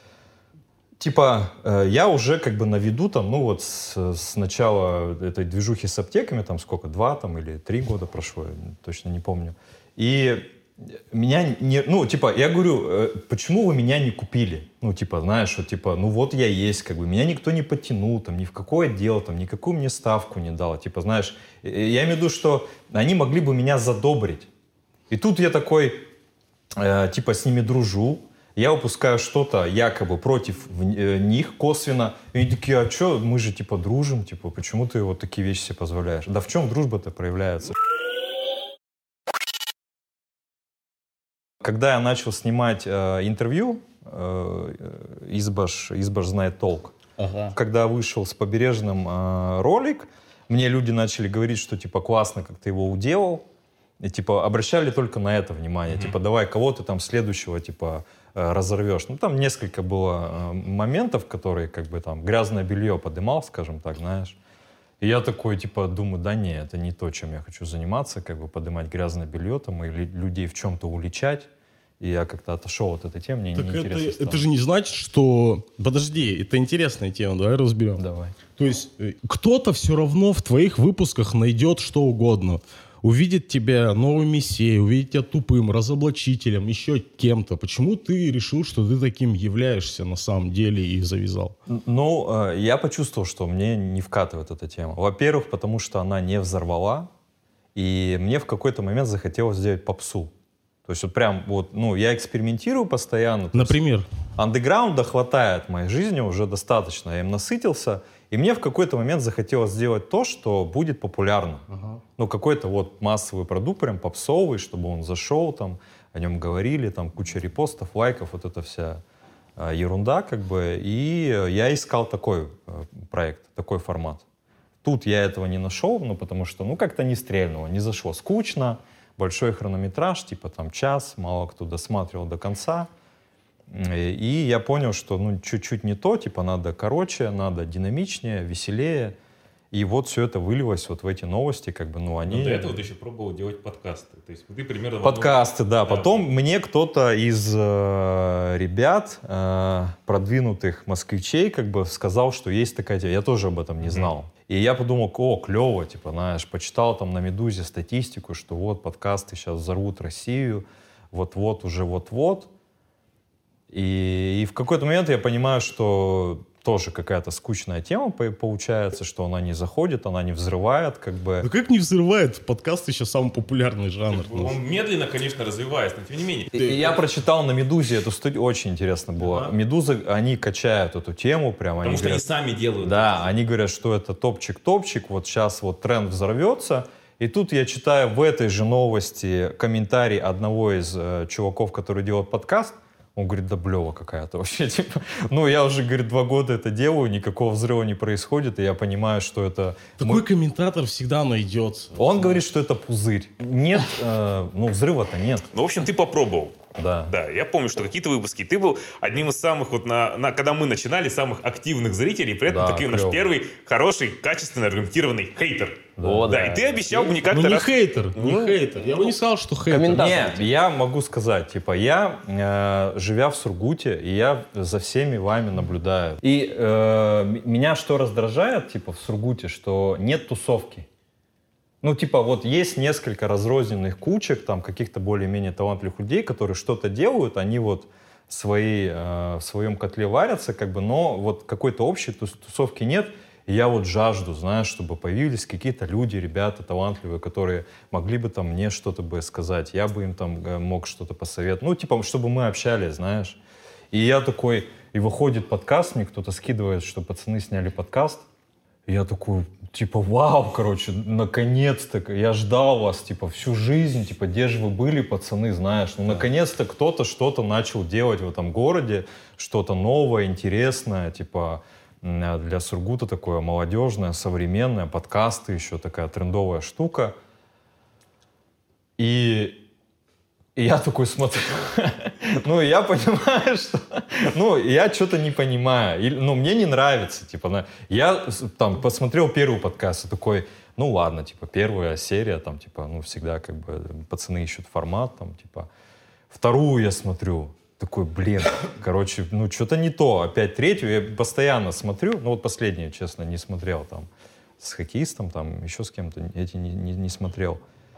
типа, я уже как бы на виду, там, ну вот с начала этой движухи с аптеками, там сколько, 2 там, или 3 года прошло, я точно не помню. И меня не... Ну, типа, я говорю, почему вы меня не купили? Ну, типа, знаешь, вот, типа, ну вот я есть, как бы, меня никто не подтянул, там, ни в какое дело, там, никакую мне ставку не дал. Типа, знаешь, я имею в виду, что они могли бы меня задобрить. И тут я такой, типа, с ними дружу, я выпускаю что-то якобы против них косвенно. И они такие, а что, мы же, типа, дружим, типа, почему ты вот такие вещи себе позволяешь? Да в чем дружба-то проявляется? Когда я начал снимать интервью, Избаш знает толк. Ага. Когда вышел с Побережным ролик, мне люди начали говорить, что типа классно, как ты его уделал. И типа обращали только на это внимание. Типа давай кого ты там следующего типа разорвешь. Ну там несколько было моментов, которые как бы там грязное белье подымал, скажем так, знаешь. И я такой, типа, думаю, да не, это не то, чем я хочу заниматься, как бы поднимать грязное белье там, или людей в чем-то уличать. И я как-то отошел от этой темы, мне так неинтересно. Это же не значит, что... Подожди, это интересная тема, давай разберем. Давай. То есть кто-то все равно в твоих выпусках найдет что угодно. Увидит тебя новым мессией, увидит тебя тупым, разоблачителем, еще кем-то. Почему ты решил, что ты таким являешься на самом деле и завязал? Ну, я почувствовал, что мне не вкатывает эта тема. Во-первых, потому что она не взорвала, и мне в какой-то момент захотелось сделать попсу. То есть вот прям вот, ну, я экспериментирую постоянно. Например? Андеграунда хватает в моей жизни уже достаточно. Я им насытился. И мне в какой-то момент захотелось сделать то, что будет популярно. Ну, какой-то вот массовый продукт, прям попсовый, чтобы он зашел, там, о нем говорили, там, куча репостов, лайков, вот эта вся ерунда, как бы. И я искал такой проект, такой формат. Тут я этого не нашел, ну, потому что, ну, как-то не стрельнуло, не зашло. Скучно, большой хронометраж, типа там час, мало кто досматривал до конца. И я понял, что ну чуть-чуть не то, типа надо короче, надо динамичнее, веселее. И вот все это вылилось вот в эти новости, как бы, ну, они... Но до этого ты еще пробовал делать подкасты. То есть ты примерно... Подкасты, да. Потом мне кто-то из ребят, продвинутых москвичей, как бы сказал, что есть такая тема. Я тоже об этом не знал. И я подумал, клево, типа, знаешь, почитал там на «Медузе» статистику, что вот подкасты сейчас взорвут Россию, вот-вот, уже вот-вот. И в какой-то момент я понимаю, что тоже какая-то скучная тема получается, что она не заходит, она не взрывает, как бы. Ну как не взрывает? Подкасты сейчас самый популярный жанр. Он медленно, конечно, развивается, но тем не менее. И я прочитал на «Медузе» эту студию, очень интересно было. «Медуза», они качают эту тему прямо. Потому что говорят, они сами делают. Да, они говорят, что это топчик-топчик, вот сейчас вот тренд взорвется. И тут я читаю в этой же новости комментарий одного из чуваков, который делает подкаст. Он говорит, да блева какая-то вообще, типа, ну я уже, говорит, 2 года это делаю, никакого взрыва не происходит, и я понимаю, что это... Такой комментатор всегда найдется. Он говорит, что это пузырь. Нет, ну взрыва-то нет. Ну, в общем, ты попробовал. Да. Да, я помню, что какие-то выпуски ты был одним из самых, вот когда мы начинали, самых активных зрителей, при этом такой наш первый хороший, качественно аргументированный хейтер. Да, и ты обещал мне как-то... Ну не хейтер, не хейтер. Я бы не сказал, что хейтер. Нет, я могу сказать, типа, я, живя в Сургуте, и я за всеми вами наблюдаю. И меня что раздражает, типа, в Сургуте, что нет тусовки. Ну, типа, вот есть несколько разрозненных кучек, там, каких-то более-менее талантливых людей, которые что-то делают, они вот в своем котле варятся, как бы, но вот какой-то общей тусовки нет. И я вот жажду, знаешь, чтобы появились какие-то люди, ребята талантливые, которые могли бы там мне что-то бы сказать, я бы им там мог что-то посоветовать. Ну, типа, чтобы мы общались, знаешь. И я такой, и выходит подкаст, мне кто-то скидывает, что пацаны сняли подкаст. И я такой, типа, вау, короче, наконец-то, я ждал вас, типа, всю жизнь, типа, где же вы были, пацаны, знаешь, ну, наконец-то кто-то что-то начал делать в этом городе, что-то новое, интересное, типа, для Сургута такое молодежное, современное, подкасты еще такая трендовая штука. И я такой смотрю, ну, я понимаю, что, ну, я что-то не понимаю, ну, мне не нравится, типа, я там посмотрел первый подкаст и такой, ну, ладно, типа, первая серия, там, типа, ну, всегда, как бы, пацаны ищут формат, там, типа, вторую я смотрю, такой, блин, короче, ну, что-то не то, опять третью я постоянно смотрю, ну, вот последнюю, честно, не смотрел, там, с хоккеистом, там, еще с кем-то, эти не смотрел.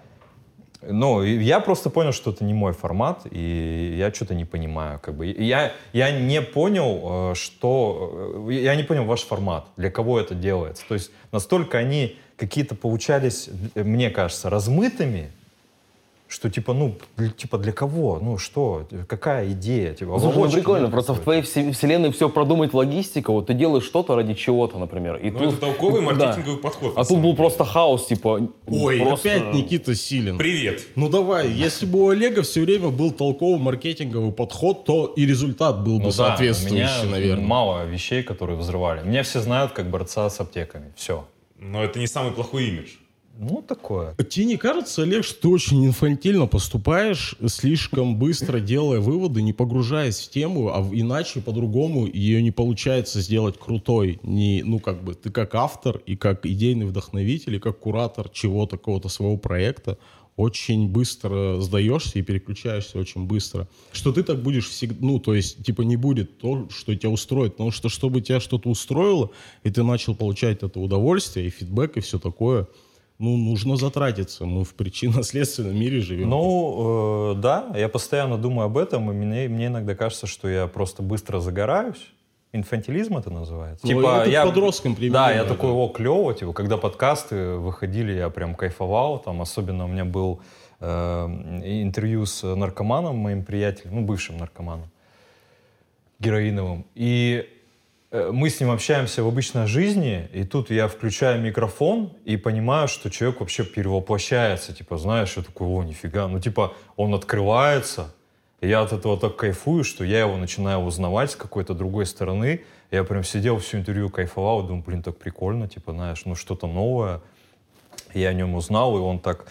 Ну, я просто понял, что это не мой формат, и я что-то не понимаю, как бы. Я не понял, я не понял ваш формат, для кого это делается. То есть настолько они какие-то получались, мне кажется, размытыми, что типа, ну, типа для кого? Ну что? Какая идея? Типа, слушай, ну прикольно, просто в твоей вселенной все продумать логистика, вот ты делаешь что-то ради чего-то, например. И ну, тут, это толковый маркетинговый подход. А тут был просто хаос, типа... Ой, просто... опять Никита Силин. Привет. Ну давай, если бы у Олега все время был толковый маркетинговый подход, то и результат был бы соответствующий, наверное. Мало вещей, которые взрывали. Меня все знают как борца с аптеками. Все. Но это не самый плохой имидж. Ну, такое. Тебе не кажется, Олег, что ты очень инфантильно поступаешь, слишком быстро делая выводы, не погружаясь в тему, а иначе по-другому ее не получается сделать крутой? Ну, как бы, ты как автор и как идейный вдохновитель, и как куратор чего-то, какого-то своего проекта очень быстро сдаешься и переключаешься очень быстро. Что ты так будешь всегда, ну, то есть, типа, не будет то, что тебя устроит, потому что, чтобы тебя что-то устроило, и ты начал получать это удовольствие, и фидбэк, и все такое, ну, нужно затратиться. Мы в причинно-следственном мире живем. Ну, да, я постоянно думаю об этом, и мне иногда кажется, что я просто быстро загораюсь. Инфантилизм это называется. Ну, типа, это я подростком примерно. Да, я такой, клево, типа, когда подкасты выходили, я прям кайфовал, там, особенно у меня был интервью с наркоманом, моим приятелем, ну, бывшим наркоманом, героиновым, и мы с ним общаемся в обычной жизни, и тут я включаю микрофон и понимаю, что человек вообще перевоплощается, типа, знаешь, я такой, о, нифига, ну, типа, он открывается, и я от этого так кайфую, что я его начинаю узнавать с какой-то другой стороны, я прям сидел всю интервью, кайфовал, думаю, блин, так прикольно, типа, знаешь, ну, что-то новое, я о нем узнал, и он так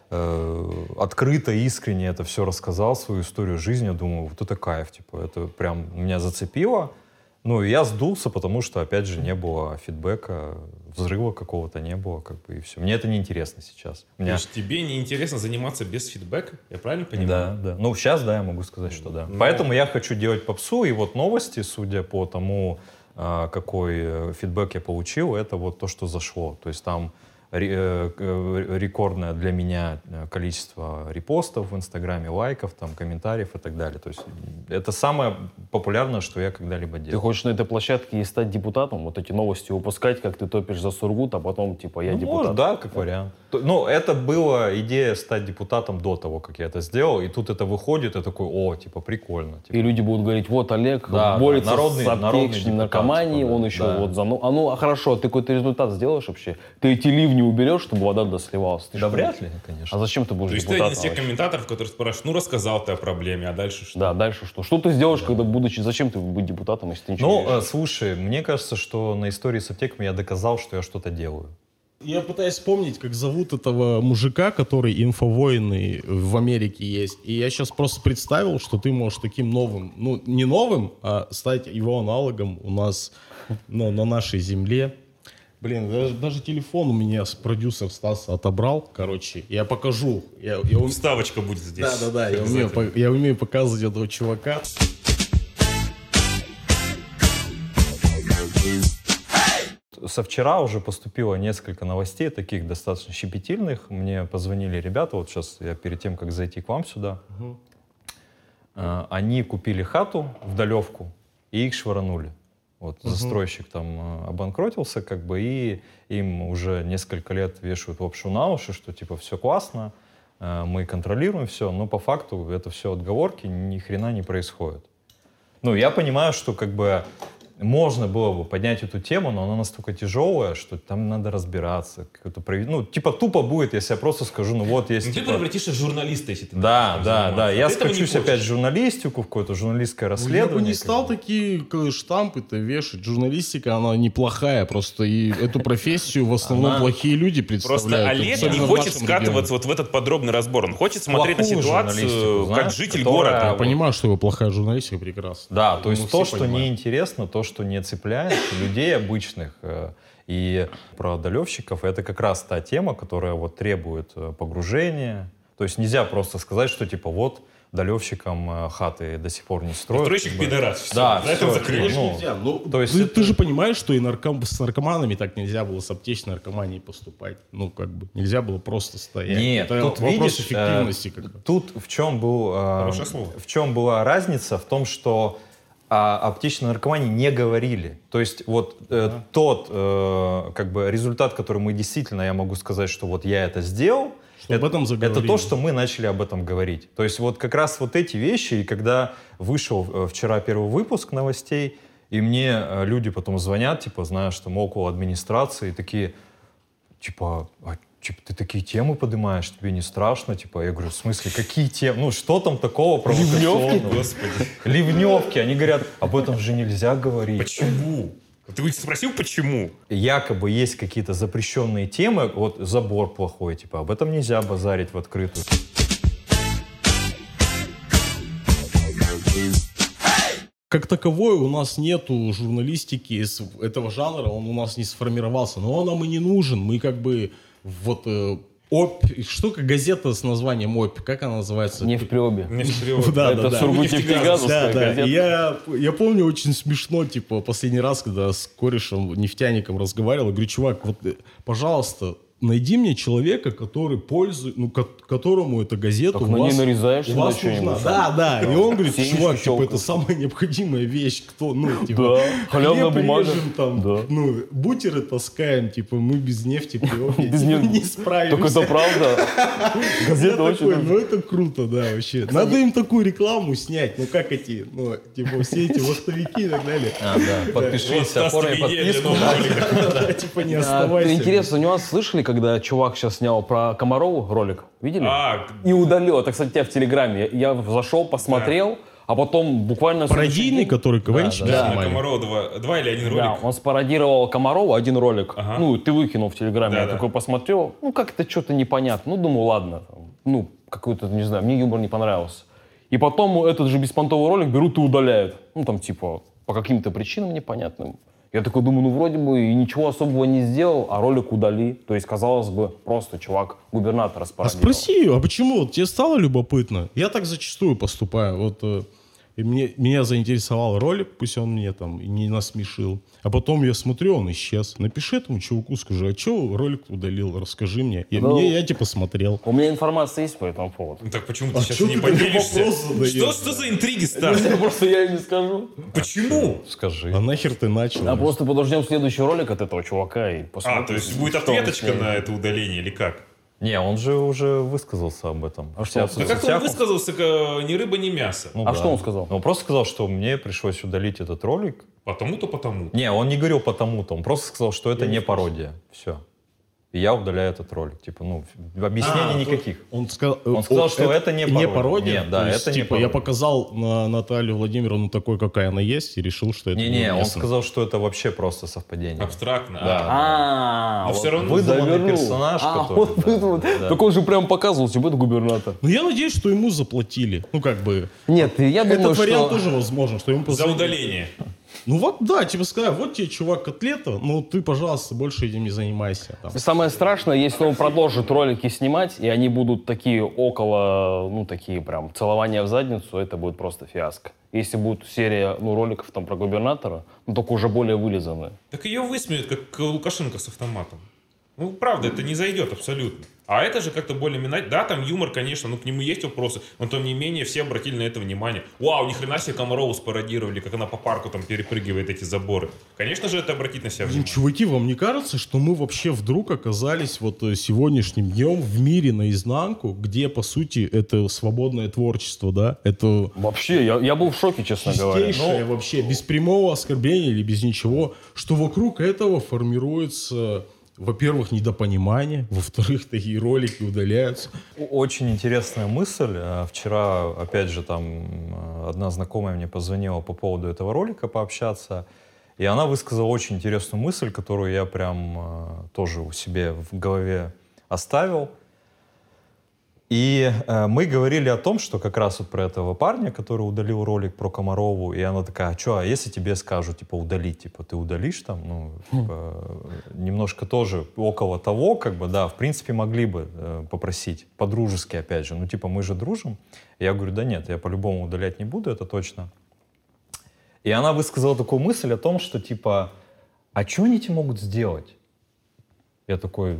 открыто, искренне это все рассказал, свою историю жизни, я думаю, вот это кайф, типа, это прям меня зацепило. Ну, я сдулся, потому что, опять же, не было фидбэка, взрыва какого-то не было, как бы, и все. Мне это неинтересно сейчас. То есть тебе неинтересно заниматься без фидбэка? Я правильно понимаю? Да. Ну, сейчас, да, я могу сказать, что да. Поэтому я хочу делать попсу, и вот новости, судя по тому, какой фидбэк я получил, это вот то, что зашло. То есть там рекордное для меня количество репостов в Инстаграме, лайков, там, комментариев и так далее. То есть это самое популярное, что я когда-либо делал. Ты хочешь на этой площадке и стать депутатом? Вот эти новости выпускать, как ты топишь за Сургут, а потом, типа, я депутат? Может, да, как вариант. Ну, это была идея стать депутатом до того, как я это сделал, и тут это выходит, и такой, о, типа, прикольно. Типа. И люди будут говорить, вот Олег да, борется народный, с аптечной наркоманией, типа, да, он еще да. вот за... Ну, хорошо, ты какой-то результат сделаешь вообще? Ты эти ливни уберешь, чтобы вода туда сливалась? Ты да что? вряд ли, конечно. А зачем ты будешь То есть ты депутатом? один из тех комментаторов, которые спрашивают, ну, рассказал ты о проблеме, а дальше что? Да, дальше что? Что ты сделаешь, когда будучи... Зачем ты быть депутатом, если ты ничего не Ну, делаешь? слушай, мне кажется, что на истории с аптеками я доказал, что я что-то делаю. Я пытаюсь вспомнить, как зовут этого мужика, который инфовоины в Америке есть. И я сейчас просто представил, что ты можешь таким новым, ну, не новым, а стать его аналогом у нас, ну, на нашей земле. Блин, даже телефон у меня продюсер Стас отобрал, короче. Я покажу. Вставочка будет здесь. Да, я умею показывать этого чувака. Со вчера уже поступило несколько новостей, таких достаточно щепетильных. Мне позвонили ребята, вот сейчас я перед тем, как зайти к вам сюда, они купили хату в Далевку и их швырнули. Вот застройщик там обанкротился, как бы, и им уже несколько лет вешают лапшу на уши, что типа все классно, мы контролируем все, но по факту это все отговорки, ни хрена не происходит. Ну, я понимаю, что как бы можно было бы поднять эту тему, но она настолько тяжелая, что там надо разбираться. Ну, типа тупо будет, если я просто скажу, ну вот есть... Ну, типа... ты превратишься в журналиста, если ты... Да. Я Ты этого не скачусь опять хочешь. в журналистику, в какое-то журналистское Я расследование. бы не стал такие штампы-то вешать. Журналистика, она неплохая, просто и эту профессию в основном плохие люди представляют. Просто Олег особенно не в хочет нашем скатываться вот в этот подробный разбор. Он хочет смотреть на Плохую ситуацию журналистику, как знаешь, житель которая- города. Я понимаю, что его плохая журналистика прекрасна. Да, то Мы есть все то, что понимаем. неинтересно, то, что не цепляет людей обычных. И про долевщиков это как раз та тема, которая вот требует погружения. То есть нельзя просто сказать, что типа вот долевщикам хаты до сих пор не строят. Стройщик как бы. пидорас. Все, Да, на этом всё, закрыли. ну, Нельзя. Ну, то есть ты, это- ты же понимаешь, что и с наркоманами так нельзя было, с аптечной наркоманией поступать. Ну, как бы, нельзя было просто стоять. Нет, это тут вопрос видишь, эффективности. как бы. тут в чем Хорошее слово. в чем была разница? В том, что о аптечной наркомании не говорили. То есть вот тот как бы результат, который мы действительно, я могу сказать, что вот я это сделал, Что об этом это заговорили. то, что мы начали об этом говорить. То есть вот как раз вот эти вещи, и когда вышел вчера первый выпуск новостей, и мне люди потом звонят, типа, знаешь, там около администрации, такие, типа, ты такие темы поднимаешь, тебе не страшно? Типа, я говорю, в смысле, какие темы? Ну, что там такого провокационного? Господи. Ливневки. Они говорят, об этом же нельзя говорить. Почему? Ты спросил, почему? Якобы есть какие-то запрещенные темы, вот забор плохой, типа, об этом нельзя базарить в открытую. Как таковой у нас нету журналистики этого жанра, он у нас не сформировался. Но он нам и не нужен. Мы как бы вот... что как газета с названием ОП, как она называется? Не в Приобе. Да, Это да. Сургутнефтегазовская газета. Я помню очень смешно, типа, последний раз, когда с корешем, нефтяником разговаривал, я говорю, чувак, вот, пожалуйста, найди мне человека, который пользует, ну, которому эта газета Так у на ней вас, нарезаешь у вас сюда нужна. что-нибудь. Да. И он говорит, Семечки чувак, типа, щелкают. это самая необходимая вещь, кто, ну, типа, Да, халявная хлеб бумага. режем, там, Да. ну, бутеры таскаем, типа, мы без нефти Без типа, нефти. не справимся. Только это правда. Я Газета очень... такой, ну это круто, да, вообще. Надо им такую рекламу снять, ну как эти, ну, типа, все эти вахтовики и так далее. Подпишись, Стас, оформи тебе идея для подписку. нового ролика. Да, типа, не оставайся. Интересный нюанс. Слышали, когда чувак сейчас снял про Комарову ролик? Видели? И удалил. Это, кстати, у тебя в Телеграме. Я зашел, посмотрел, а потом буквально... Пародийный, который КВНчики Да, снимали. Комарова 2 или 1 Да, ролик. он спародировал Комарова, один ролик. Ага. Ну, ты выкинул в Телеграме. Да, Я да. такой посмотрел. Ну, как-то что-то непонятно. Ну, думаю, ладно. там, Ну, какой-то, не знаю, мне юмор не понравился. И потом этот же беспонтовый ролик берут и удаляют. Ну, там, типа, по каким-то причинам непонятным. Я такой думаю, ну вроде бы и ничего особого не сделал, а ролик удали. То есть, казалось бы, просто чувак губернатора спародировал. А спроси ее, а почему? Тебе стало любопытно? Я так зачастую поступаю. Вот и меня заинтересовал ролик, пусть он мне там не насмешил. А потом я смотрю, он исчез. Напиши этому чуваку, скажи, а что ролик удалил? Расскажи мне. Я типа смотрел. У меня информация есть по этому поводу. Ну, так почему ты сейчас не поделишься? Что за интриги старые? Просто я не скажу. Почему? Скажи. А нахер ты начал? А просто подождем следующий ролик от этого чувака и посмотрим. То есть будет ответочка на это удаление или как? Не, он же уже высказался об этом. А что? Да как он высказался, ни рыба, ни мясо. Ну, что он сказал? Он просто сказал, что мне пришлось удалить этот ролик. Потому-то, потому. Не, он не говорил потому-то. Он просто сказал, что это не пародия. Все. И я удаляю этот ролик. Типа, объяснений никаких. Он сказал, что это не пародия. Не пародия? Нет, да, это не пародия. Я показал на Наталью Владимировну такой, какая она есть, и решил, что это Не, он сказал, что это вообще просто совпадение. Абстрактно. Да. Но все равно выдуманный персонаж, который... Так он же прям показывал, типа, это губернатор. Ну, я надеюсь, что ему заплатили. Ну, как бы... Нет, я думаю, этот вариант тоже возможен, что ему за удаление. Ну вот, да, типа сказать, вот тебе чувак котлета, ну ты, пожалуйста, больше этим не занимайся. Там. Самое страшное, если он продолжит ролики снимать, и они будут такие такие прям целования в задницу, это будет просто фиаско. Если будет серия, роликов там про губернатора, только уже более вылизанные. Так ее высмеют, как Лукашенко с автоматом. Ну, правда, это не зайдет абсолютно. А это же как-то более минать. Да, там юмор, конечно, к нему есть вопросы, но тем не менее все обратили на это внимание. Вау, ни хрена себе Комарову спародировали, как она по парку там перепрыгивает эти заборы. Конечно же, это обратит на себя внимание. Чуваки, вам не кажется, что мы вообще вдруг оказались вот сегодняшним днем в мире наизнанку, где, по сути, это свободное творчество, да? Это... Вообще, я был в шоке, честно говоря. Чистейшее вообще, без прямого оскорбления или без ничего, что вокруг этого формируется... Во-первых, недопонимание, во-вторых, такие ролики удаляются. Очень интересная мысль. Вчера, опять же, там одна знакомая мне позвонила по поводу этого ролика пообщаться, и она высказала очень интересную мысль, которую я прям тоже у себя в голове оставил. И мы говорили о том, что как раз вот про этого парня, который удалил ролик про Комарову, и она такая, а если тебе скажут, типа, удалить, типа, ты удалишь там, немножко тоже около того, как бы, да, в принципе, могли бы попросить, по-дружески, опять же, мы же дружим. Я говорю, да нет, я по-любому удалять не буду, это точно. И она высказала такую мысль о том, что, типа, а что они тебе могут сделать? Я такой...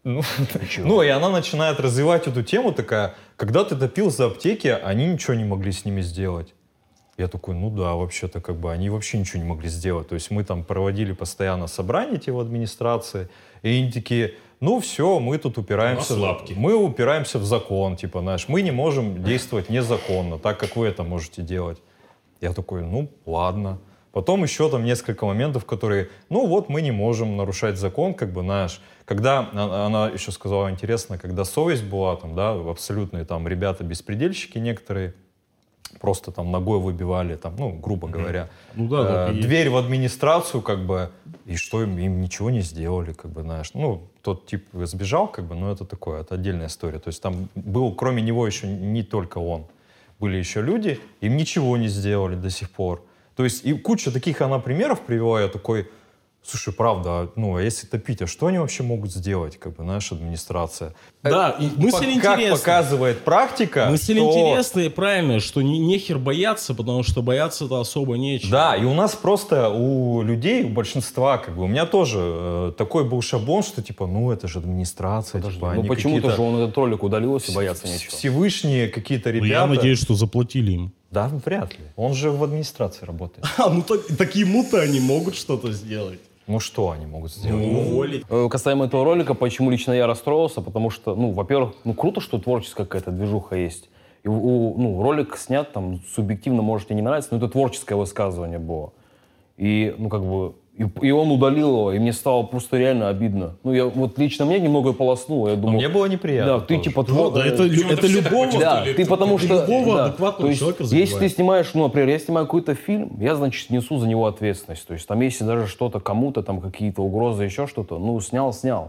и она начинает развивать эту тему, такая, когда ты топил за аптеки, они ничего не могли с ними сделать. Я такой, вообще-то как бы они вообще ничего не могли сделать. То есть мы там проводили постоянно собрания в администрации, и они такие, все, мы тут упираемся в закон, типа, знаешь, мы не можем действовать незаконно, так как вы это можете делать. Я такой, ладно. Потом еще там несколько моментов, которые, мы не можем нарушать закон, как бы, знаешь. Когда, она еще сказала интересно, когда совесть была, там, да, абсолютные там ребята-беспредельщики некоторые, просто там ногой выбивали, там, грубо говоря, дверь в администрацию, как бы, и что им ничего не сделали, как бы, знаешь. Тот тип сбежал, как бы, это такое, это отдельная история. То есть там был, кроме него, еще не только он. Были еще люди, им ничего не сделали до сих пор. То есть и куча таких она примеров привела, я такой, слушай, правда, а если топить, а что они вообще могут сделать, как бы, наша администрация? Да, и мысль интересная. Как показывает практика, мысль интересная и правильная, что нехер бояться, потому что бояться-то особо нечего. Да, и у нас просто, у людей, у большинства, как бы, у меня тоже такой был шаблон, что типа, это же администрация. Типа, почему-то же он этот ролик удалил, если бояться нечего. Всевышние какие-то ребята. Я надеюсь, что заплатили им. Да, вряд ли. Он же в администрации работает. Так ему-то они могут что-то сделать. Что они могут сделать? Уволить. Касаемо этого ролика, почему лично я расстроился? Потому что, во-первых, круто, что творческая какая-то движуха есть. И ролик снят, там, субъективно, может, и не нравится, но это творческое высказывание было. И, и он удалил его, и мне стало просто реально обидно. Лично мне немного полоснуло, я думал... Мне было неприятно. Да, ты типа... это любого... Да, ты потому что... Любого адекватного человека забивает. Если ты снимаешь, например, я снимаю какой-то фильм, я, значит, несу за него ответственность. То есть там, если даже что-то кому-то, там какие-то угрозы, еще что-то, снял.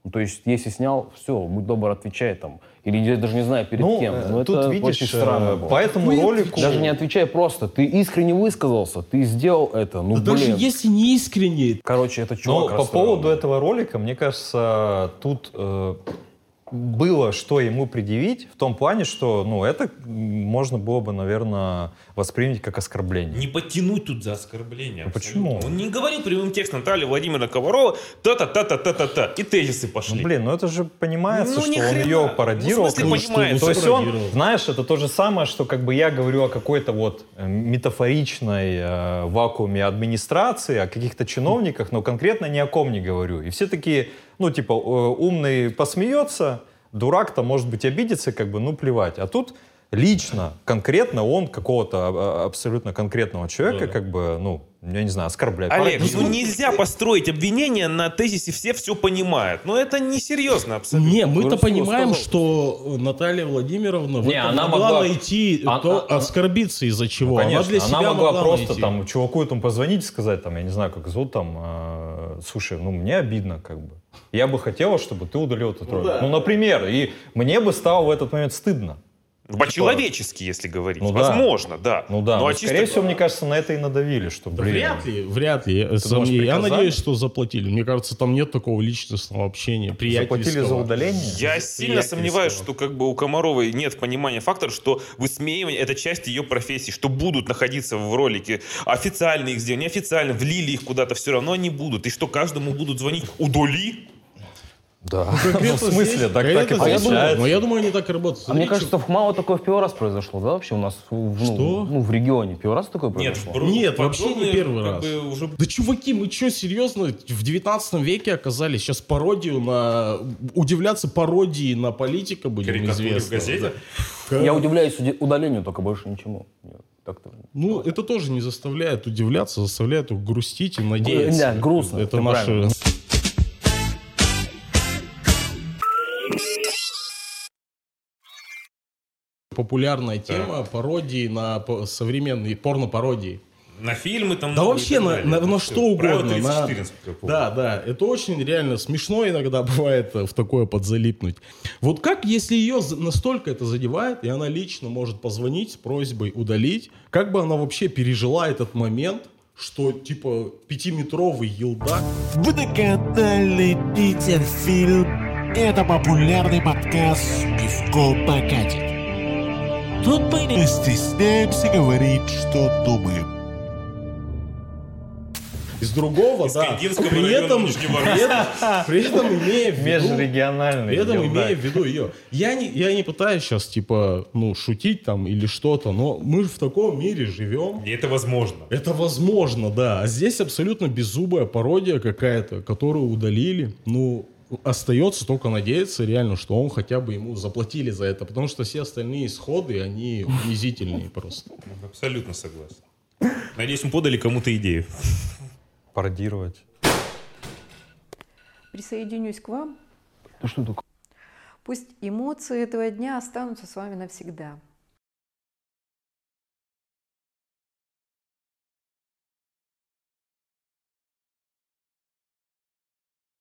Ну, то есть, если снял, все, будь добр, отвечай там. Или я даже не знаю, перед кем. Но тут, это видишь, очень странно было. по этому ролику... Даже не отвечай просто. Ты искренне высказался, ты сделал это. Ну, да блин. даже если не искренне. Короче, это чувак. Но по поводу этого ролика, мне кажется, тут было что ему предъявить в том плане, что, ну, это можно было бы, наверное, воспринять как оскорбление. Не подтянуть тут за оскорбление. Ну, почему? Он не говорил прямым текстом Наталья Владимировна Комарова та-та-та-та-та-та-та, и тезисы пошли. Ну, блин, ну это же понимается, Ну, что ни он хрена. ее пародировал. Ну, в смысле, понимается. То есть он, Пародировал. знаешь, это то же самое, что как бы я говорю о какой-то вот метафоричной вакууме администрации, о каких-то чиновниках, но конкретно ни о ком не говорю. И все такие, ну, типа, умный посмеется, дурак-то, может быть, обидится, как бы, ну, плевать. А тут лично, конкретно он какого-то абсолютно конкретного человека, как бы, ну, я не знаю, оскорбляет. Олег, ну нельзя построить обвинение на тезисе «все понимают». Но это несерьезно абсолютно. Не, мы-то Ну, понимаем, сказал. что Наталья Владимировна Не, она она могла могла- найти, оскорбиться из-за чего. Ну, конечно, она для себя она могла просто найти. там чуваку этому позвонить и сказать, там, я не знаю, как зовут, там, слушай, ну, мне обидно, как бы. Я бы хотела, чтобы ты удалил этот ролик. да. Ну, например, и мне бы стало в этот момент стыдно. По-человечески, если говорить. Ну да. Возможно, да. Ну да, Ну, но, а чисто- скорее всего, мне кажется, на это и надавили, что, Да блин. вряд ли. можешь Я приказать? надеюсь, что заплатили. Мне кажется, там нет такого личностного общения, Заплатили за приятельского. удаление? Я сильно сомневаюсь, что как бы у Комаровой нет понимания фактора, что высмеивание — это часть ее профессии, что будут находиться в ролике, официально их сделали, неофициально, влили их куда-то, все равно они будут. И что каждому будут звонить «удали». Да. Ну, в смысле, так и получается. Но я думаю, они так и работают. А мне Смотри, кажется, в ХМАО такое в первый раз произошло, да, вообще у нас? Что? Ну, в регионе первый раз такое Нет, произошло? Нет, вообще не подобные, первый как раз. бы, уже... Да чуваки, мы что, серьезно, в 19 веке оказались? Сейчас пародию на... Удивляться пародии на политика будем Карикатуры в известны. газете? Да. Я удивляюсь удалению, только больше ничему. Нет, так-то. Ну, это тоже не заставляет удивляться, заставляет грустить и надеяться. Да, грустно, Это ты наше... правильно. Популярная тема пародии на современные порно-пародии. На фильмы там... Да ну, вообще и так на далее. что Правило угодно. 34, насколько я помню. Да, это очень реально смешно иногда бывает в такое подзалипнуть. Вот как, если ее настолько это задевает, и она лично может позвонить с просьбой удалить, как бы она вообще пережила этот момент, что типа 5-метровый елдак... Вы на канале Питер Фильм. Это популярный подкаст «Пивко покатит». Тут мы не стесняемся говорить, что думаем. Из другого, Из да. Кандинского При района этом, Нижневартовска. при этом имея в виду... Межрегиональный. При этом елдак. имея в виду ее. Я не пытаюсь сейчас, типа, ну, шутить там или что-то, но мы же в таком мире живем. И это возможно. Это возможно, да. А здесь абсолютно беззубая пародия какая-то, которую удалили. Ну, остается только надеяться реально, что он хотя бы ему заплатили за это, потому что все остальные исходы, они унизительные просто. Абсолютно согласен. Надеюсь, мы подали кому-то идею. Пародировать. Присоединюсь к вам. Ты что такое? Пусть эмоции этого дня останутся с вами навсегда.